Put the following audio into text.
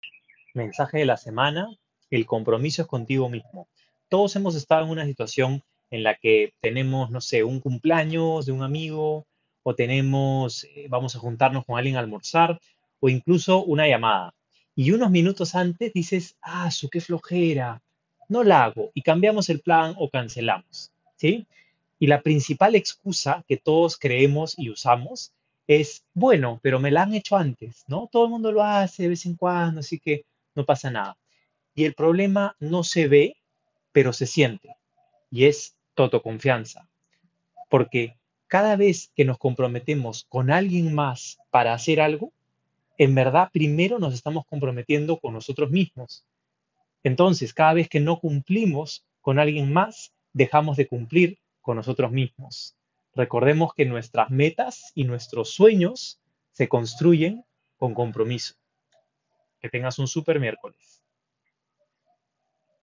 Mensaje de la semana, el compromiso es contigo mismo. Todos hemos estado en una situación en la que tenemos, no sé, un cumpleaños de un amigo o tenemos, vamos a juntarnos con alguien a almorzar o incluso una llamada. Y unos minutos antes dices, qué flojera, no la hago y cambiamos el plan o cancelamos, ¿sí? Y la principal excusa que todos creemos y usamos es, bueno, pero me la han hecho antes, ¿no? Todo el mundo lo hace de vez en cuando, así que no pasa nada. Y el problema no se ve, pero se siente. Y es autoconfianza. Porque cada vez que nos comprometemos con alguien más para hacer algo, en verdad primero nos estamos comprometiendo con nosotros mismos. Entonces, cada vez que no cumplimos con alguien más, dejamos de cumplir con nosotros mismos. Recordemos que nuestras metas y nuestros sueños se construyen con compromiso. Que tengas un super miércoles.